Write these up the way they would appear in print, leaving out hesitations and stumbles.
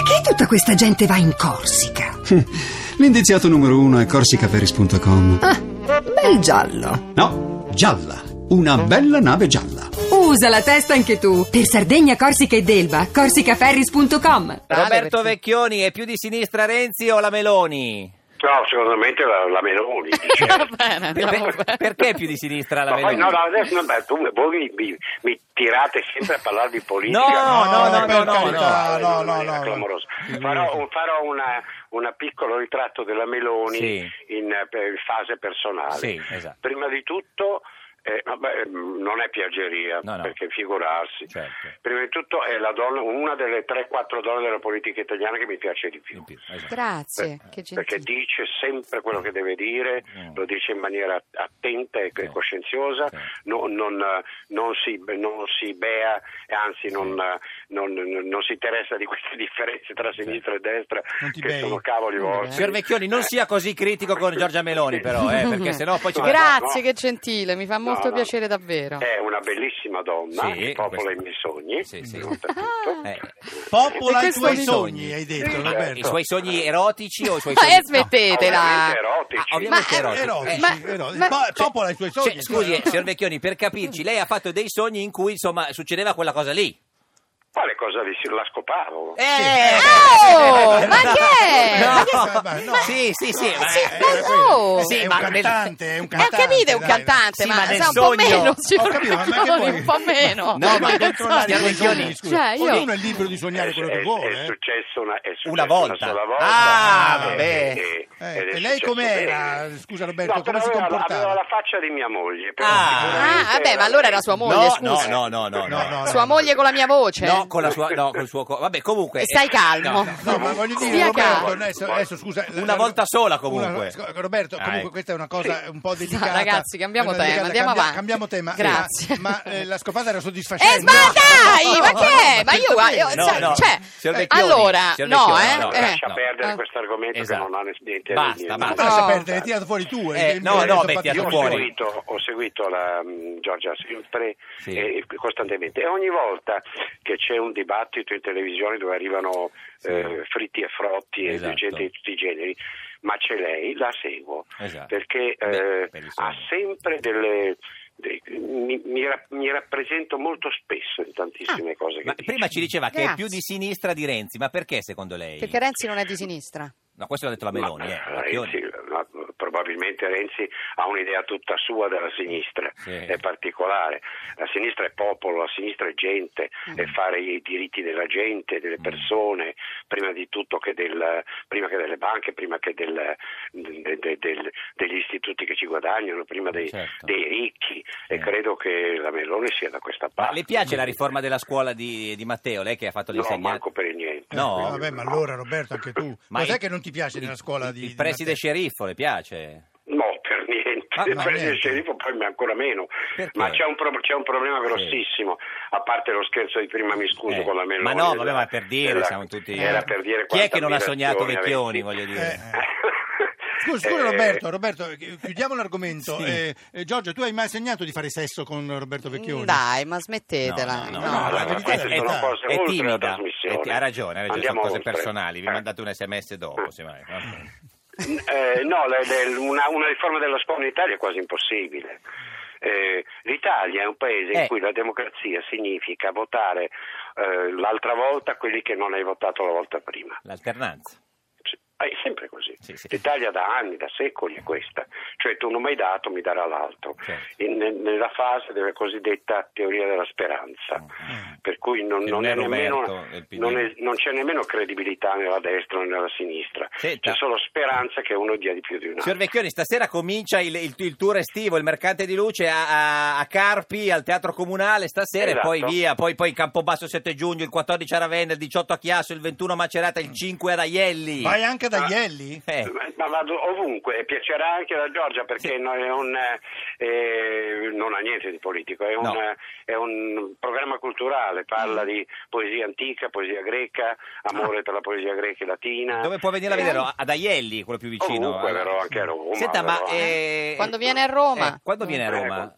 perché tutta questa gente va in Corsica? L'indiziato numero 1 è corsicaferris.com. Ah, bel giallo. No, gialla. Una bella nave gialla. Usa la testa anche tu. Per Sardegna, Corsica ed Elba, corsicaferris.com. Roberto Vecchioni, è più di sinistra Renzi o la Meloni? No, secondo me la Meloni. Va bene, andiamo bene. Perché più di sinistra la Ma poi, Meloni? no, adesso voi mi tirate sempre a parlare di politica. No. È clamoroso. Farò un piccolo ritratto della Meloni Sì. in fase personale. Sì, esatto. Prima di tutto, non è piaggeria, No. perché figurarsi. Certo. Prima di tutto è la donna, una delle 3-4 donne della politica italiana che mi piace di più. Esatto. Grazie, che Perché gentile. dice sempre quello che deve dire, lo dice in maniera attenta e coscienziosa, Sì. non si bea, e anzi non si interessa di queste differenze tra sinistra e destra, che sono cavoli vostri. Signor Vecchioni, non sia così critico con Giorgia Meloni, però, perché sennò poi ci va. Grazie, no. che gentile, mi fa molto No. piacere davvero. È una bellissima donna, Sì, che popola questo- i miei sogni, Sì. innanzitutto. Popola E i questo tuoi mi- sogni, hai detto, Sì, Roberto. I suoi sogni erotici o i suoi Ma sogni... smettetela. Ovviamente erotici. ovviamente erotici. Erotici. Popola i tuoi sogni. Scusi, signor Vecchioni, per capirci, lei ha fatto dei sogni in cui, insomma, succedeva quella cosa lì. Quale cosa la scopavo? Oh, ma che? No. Sì. È un cantante, Ho capito, è un cantante, Sì, ma ma nel sa un po' sogno. meno, ci Ho capito, ma che vuoi? un po' meno. No, ma controllare i signor tuoi Vecchioni, sogni, scusa. cioè, io- Ognuno è libero di sognare quello che vuole. È successo Una volta. una sola volta. Ah, vabbè. Ed è E lei successo com'era? bene. Scusa Roberto, No, come però si aveva comportava? la faccia di mia moglie. Però Ah. sicuramente vabbè, ma allora era sua moglie, scusa. No. Sua moglie con la mia voce? No, con la sua, no, col suo. Vabbè, comunque. E stai calmo. No, ma voglio dire, Stia Roberto, calmo. adesso scusa. Una volta sola, comunque. Roberto, Ah, comunque questa è una cosa un po' delicata. Ragazzi, cambiamo Una tema, delicata. andiamo avanti. Cambiamo tema. Grazie. Ma la scopata era soddisfacente. Ma dai, ma che? Ma io, No, cioè, signor Vecchioni, allora, signor no, Vecchioni, no. lascia no. perdere questo argomento Esatto. che non ha niente Basta, da dire. basta. Lascia No. perdere, hai tirato fuori tu. tirato Io fuori. ho seguito la Giorgia sempre Sì. costantemente, e ogni volta che c'è un dibattito in televisione dove arrivano fritti e frotti Esatto. e gente di tutti i generi, ma c'è lei, la seguo, Esatto. perché Beh, per il ha sogno. sempre mi rappresento molto spesso in tantissime cose che Ma dice. prima ci diceva che è Grazie. più di sinistra di Renzi, ma perché secondo lei? perché Renzi non è di sinistra. No, questo l'ha detto la Meloni, Renzi, probabilmente Renzi ha un'idea tutta sua della sinistra, Sì. è particolare. La sinistra è popolo, la sinistra è gente, è fare i diritti della gente, delle persone, prima di tutto prima che delle banche, prima che degli istituti che ci guadagnano, prima dei ricchi, e credo che la Meloni sia da questa Ma parte. le piace la riforma della scuola di Matteo, lei che ha fatto No, l'insegnante? manco per niente. No. Vabbè, ma allora Roberto, anche tu. Ma Cos'è il- che non ti piace nella scuola di Il preside sceriffo le piace? No, per niente. Ma Il preside niente. sceriffo poi ancora meno. Perché? Ma c'è un problema grossissimo, a parte lo scherzo di prima mi scuso con la Meloni. Ma no, vabbè, ma per dire, siamo tutti... Era per dire Chi è che non ha quanta sognato ammirazione Vecchioni, avessi. voglio dire? Scusa Roberto, chiudiamo l'argomento. Giorgio, tu hai mai sognato di fare sesso con Roberto Vecchioni? Dai, ma smettetela. No, la verità è queste la sono verità. cose È oltre la timida, trasmissione. ha ragione, sono Andiamo cose oltre. personali, vi mandate un sms dopo, se mai. No, una riforma della scuola in Italia è quasi impossibile. L'Italia è un paese in cui la democrazia significa votare l'altra volta quelli che non hai votato la volta prima. L'alternanza. È sempre così. Sì. L'Italia da anni, da secoli è questa. Cioè tu non mi hai dato, mi darà l'altro. Certo. Nella fase della cosiddetta teoria della speranza. Per cui non c'è nemmeno credibilità nella destra o nella sinistra. Senta. C'è solo speranza che uno dia di più di un altro. Signor Vecchioni, stasera comincia il tour estivo, il mercante di luce a Carpi, al Teatro Comunale stasera, Esatto. e poi via, poi Campobasso il 7 giugno, il 14 a Ravenna, il 18 a Chiasso, il 21 a Macerata, il 5 ad Aielli. Vai anche da Ielli? Ma vado ovunque, e piacerà anche alla Giorgia, perché non ha niente di politico, è un programma culturale, parla di poesia antica, poesia greca, amore per la poesia greca e latina. Dove può venire a vederlo? Ad Aielli, quello più vicino. Ovunque, però anche a Roma. Senta, ma Quando viene a Roma? quando viene a Roma?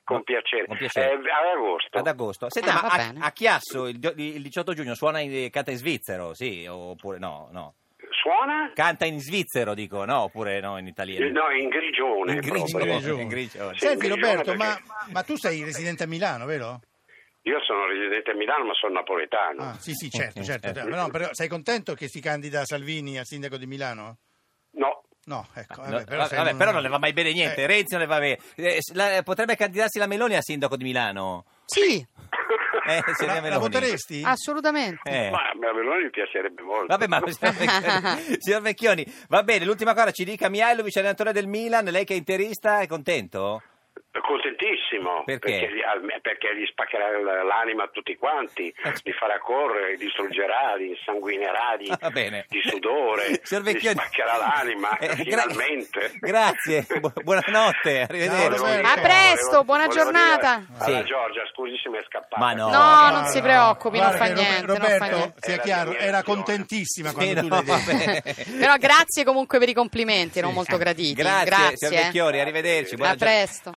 Con piacere. Con piacere. Ad agosto. Ad agosto. Senta, Ah, ma va bene. a Chiasso il 18 giugno canta in svizzero, sì, oppure no? Suona? Canta in svizzero, dico, no? Oppure no, in italiano? No, in grigione. In grigione. proprio. In grigione. Sì. Senti in Roberto, Grigione ma tu sei residente a Milano, vero? Io sono residente a Milano, ma sono napoletano. Ah, sì, certo. No, però sei contento che si candida Salvini a sindaco di Milano? No. No, ecco. No, Però, però non le va mai bene niente. Renzi non le va bene. Potrebbe candidarsi la Meloni a sindaco di Milano? Sì, Signoria la Meloni. voteresti? assolutamente. Ma a Meloni mi piacerebbe molto. Vabbè, ma signor Vecchioni, va bene, l'ultima cosa ci dica Mihajlovic, allenatore del Milan, lei che è interista, è contento? Contentissimo, Perché? perché gli spaccherà l'anima a tutti quanti, li farà correre, li distruggerà, li insanguinerà Va bene. di sudore, Signor gli Vecchioni, spaccherà l'anima, finalmente. Grazie, buonanotte, arrivederci. Roberto. A presto, buona Volevo giornata. dire alla Sì. Giorgia, scusi se mi è scappata. Ma no. No, non si preoccupi, non Guarda fa che niente, non fa Roberto, niente. sia Era chiaro, la mia era azione. contentissima Sì, quando tu no, l'hai detto. vabbè. Però grazie comunque per i complimenti, non molto graditi. Grazie, signor Grazie. Vecchioni, arrivederci. buona A presto.